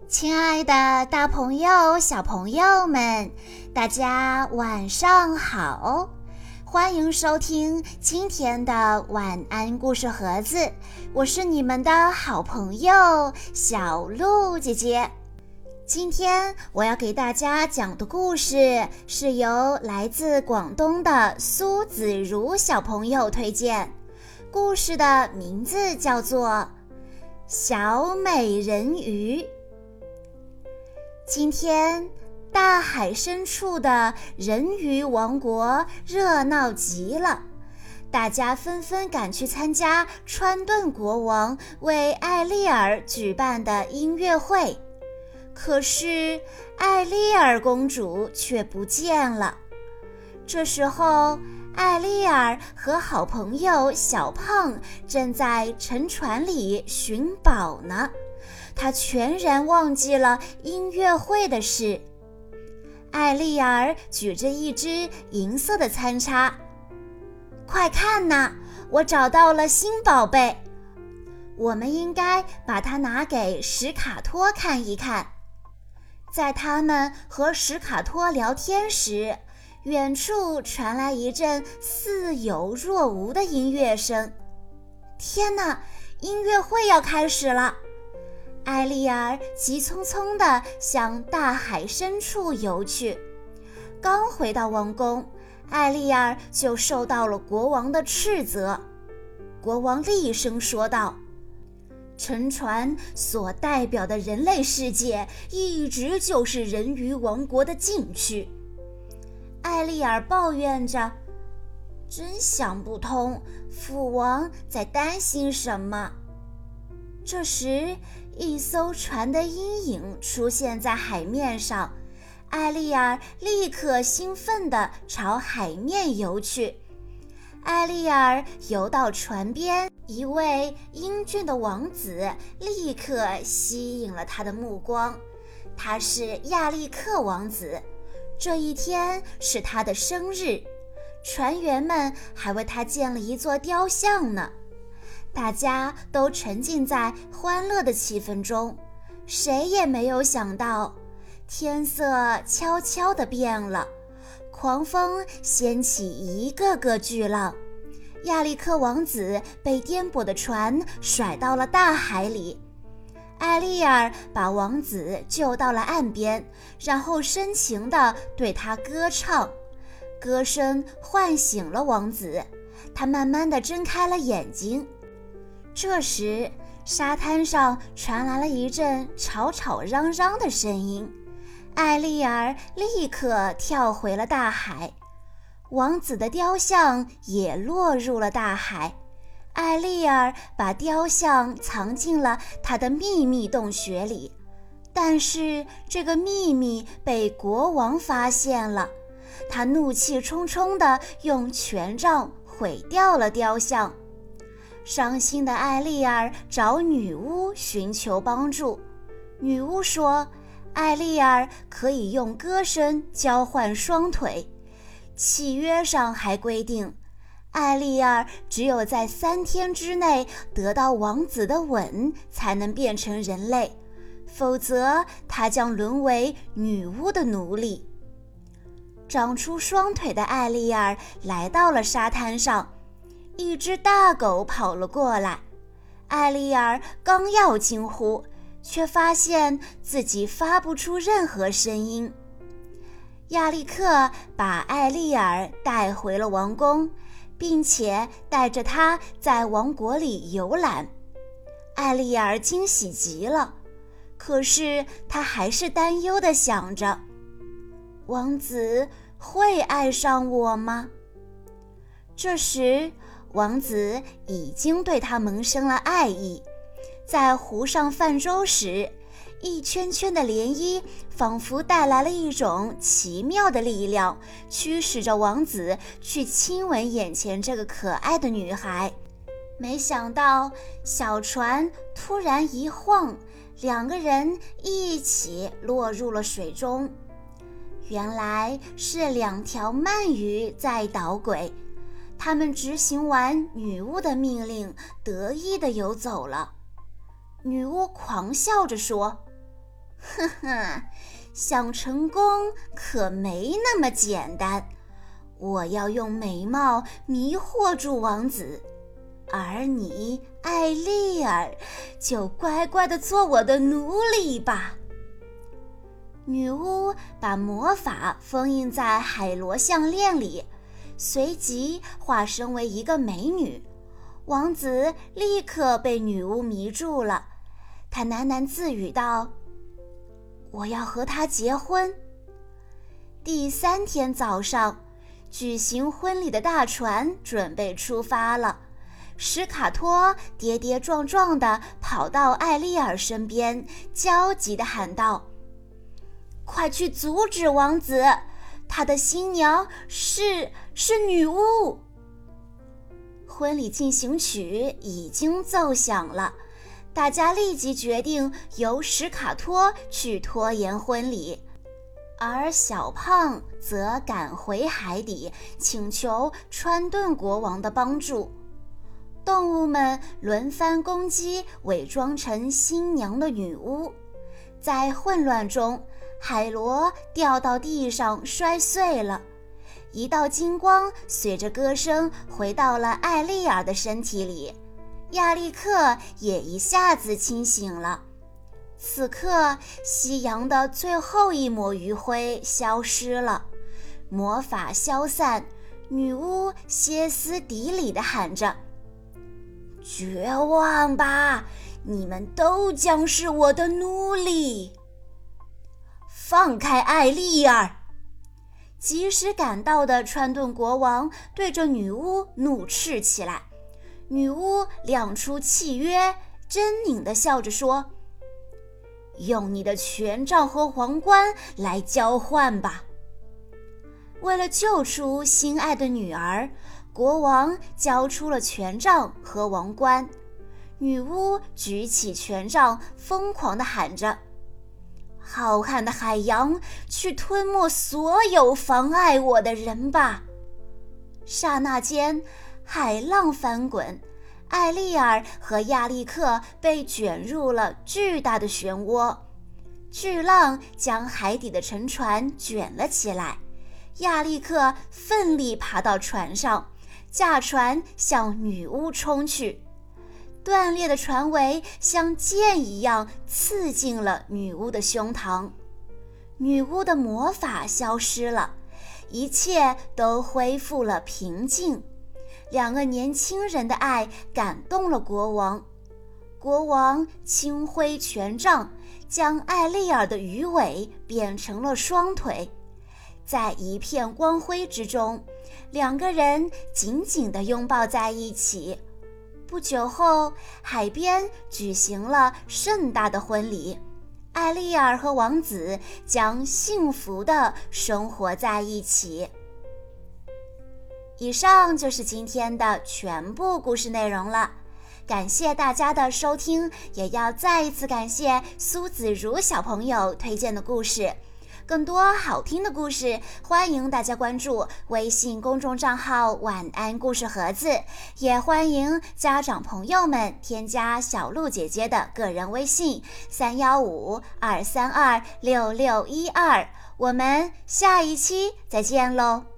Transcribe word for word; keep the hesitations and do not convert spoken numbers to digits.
亲爱的大朋友、小朋友们，大家晚上好！欢迎收听今天的晚安故事盒子，我是你们的好朋友小鹿姐姐。今天我要给大家讲的故事是由来自广东的苏子如小朋友推荐，故事的名字叫做《小美人鱼》。今天大海深处的人鱼王国热闹极了，大家纷纷赶去参加川顿国王为艾丽尔举办的音乐会。可是艾丽尔公主却不见了。这时候艾丽尔和好朋友小胖正在沉船里寻宝呢，她全然忘记了音乐会的事。艾丽尔举着一只银色的餐叉，快看呐，我找到了新宝贝，我们应该把它拿给史卡托看一看。在他们和史卡托聊天时，远处传来一阵似有若无的音乐声。天哪，音乐会要开始了！艾丽尔急匆匆地向大海深处游去。刚回到王宫，艾丽尔就受到了国王的斥责。国王厉声说道：沉船所代表的人类世界一直就是人鱼王国的禁区。艾丽尔抱怨着，真想不通父王在担心什么。这时一艘船的阴影出现在海面上，艾丽尔立刻兴奋地朝海面游去。艾丽尔游到船边，一位英俊的王子立刻吸引了他的目光。他是亚历克王子，这一天是他的生日，船员们还为他建了一座雕像呢。大家都沉浸在欢乐的气氛中，谁也没有想到，天色悄悄地变了，狂风掀起一个个巨浪，亚历克王子被颠簸的船甩到了大海里。艾丽尔把王子救到了岸边，然后深情地对他歌唱，歌声唤醒了王子，他慢慢地睁开了眼睛。这时沙滩上传来了一阵吵吵嚷嚷的声音，艾丽尔立刻跳回了大海，王子的雕像也落入了大海。艾丽尔把雕像藏进了她的秘密洞穴里，但是这个秘密被国王发现了，他怒气冲冲地用权杖毁掉了雕像。伤心的艾丽尔找女巫寻求帮助，女巫说艾丽尔可以用歌声交换双腿，契约上还规定艾丽尔只有在三天之内得到王子的吻才能变成人类，否则她将沦为女巫的奴隶。长出双腿的艾丽尔来到了沙滩上，一只大狗跑了过来，艾丽尔刚要惊呼，却发现自己发不出任何声音。亚历克把艾丽尔带回了王宫，并且带着她在王国里游览。艾丽尔惊喜极了，可是她还是担忧地想着，王子会爱上我吗？这时王子已经对她萌生了爱意，在湖上泛舟时，一圈圈的涟漪仿佛带来了一种奇妙的力量，驱使着王子去亲吻眼前这个可爱的女孩。没想到小船突然一晃，两个人一起落入了水中。原来是两条鳗鱼在捣鬼，他们执行完女巫的命令，得意地游走了。女巫狂笑着说： 呵呵，想成功可没那么简单。我要用美貌迷惑住王子，而你，艾丽儿，就乖乖地做我的奴隶吧。女巫把魔法封印在海螺项链里，随即化身为一个美女。王子立刻被女巫迷住了，他喃喃自语道：我要和他结婚。第三天早上，举行婚礼的大船准备出发了。史卡托跌跌撞撞地跑到艾丽尔身边，焦急地喊道：快去阻止王子，他的新娘是是女巫。婚礼进行曲已经奏响了，大家立即决定由史卡托去拖延婚礼，而小胖则赶回海底，请求川顿国王的帮助。动物们轮番攻击伪装成新娘的女巫，在混乱中，海螺掉到地上摔碎了，一道金光随着歌声回到了艾丽尔的身体里，亚历克也一下子清醒了。此刻，夕阳的最后一抹余晖消失了，魔法消散，女巫歇斯底里地喊着：绝望吧，你们都将是我的奴隶！放开艾丽儿！及时赶到的川顿国王对着女巫怒斥起来。女巫亮出契约，狰狞地笑着说：用你的权杖和皇冠来交换吧。为了救出心爱的女儿，国王交出了权杖和王冠。女巫举起权杖，疯狂地喊着：浩瀚的海洋，去吞没所有妨碍我的人吧！刹那间，海浪翻滚，艾丽尔和亚历克被卷入了巨大的漩涡，巨浪将海底的沉船卷了起来。亚历克奋力爬到船上，驾船向女巫冲去。断裂的船桅像剑一样刺进了女巫的胸膛。女巫的魔法消失了，一切都恢复了平静。两个年轻人的爱感动了国王。国王轻挥权杖，将艾丽尔的鱼尾变成了双腿。在一片光辉之中，两个人紧紧地拥抱在一起。不久后，海边举行了盛大的婚礼，艾丽尔和王子将幸福地生活在一起。以上就是今天的全部故事内容了，感谢大家的收听，也要再一次感谢苏子如小朋友推荐的故事。更多好听的故事，欢迎大家关注微信公众账号晚安故事盒子，也欢迎家长朋友们添加小鹿姐姐的个人微信三一五二三二六六一二，我们下一期再见喽。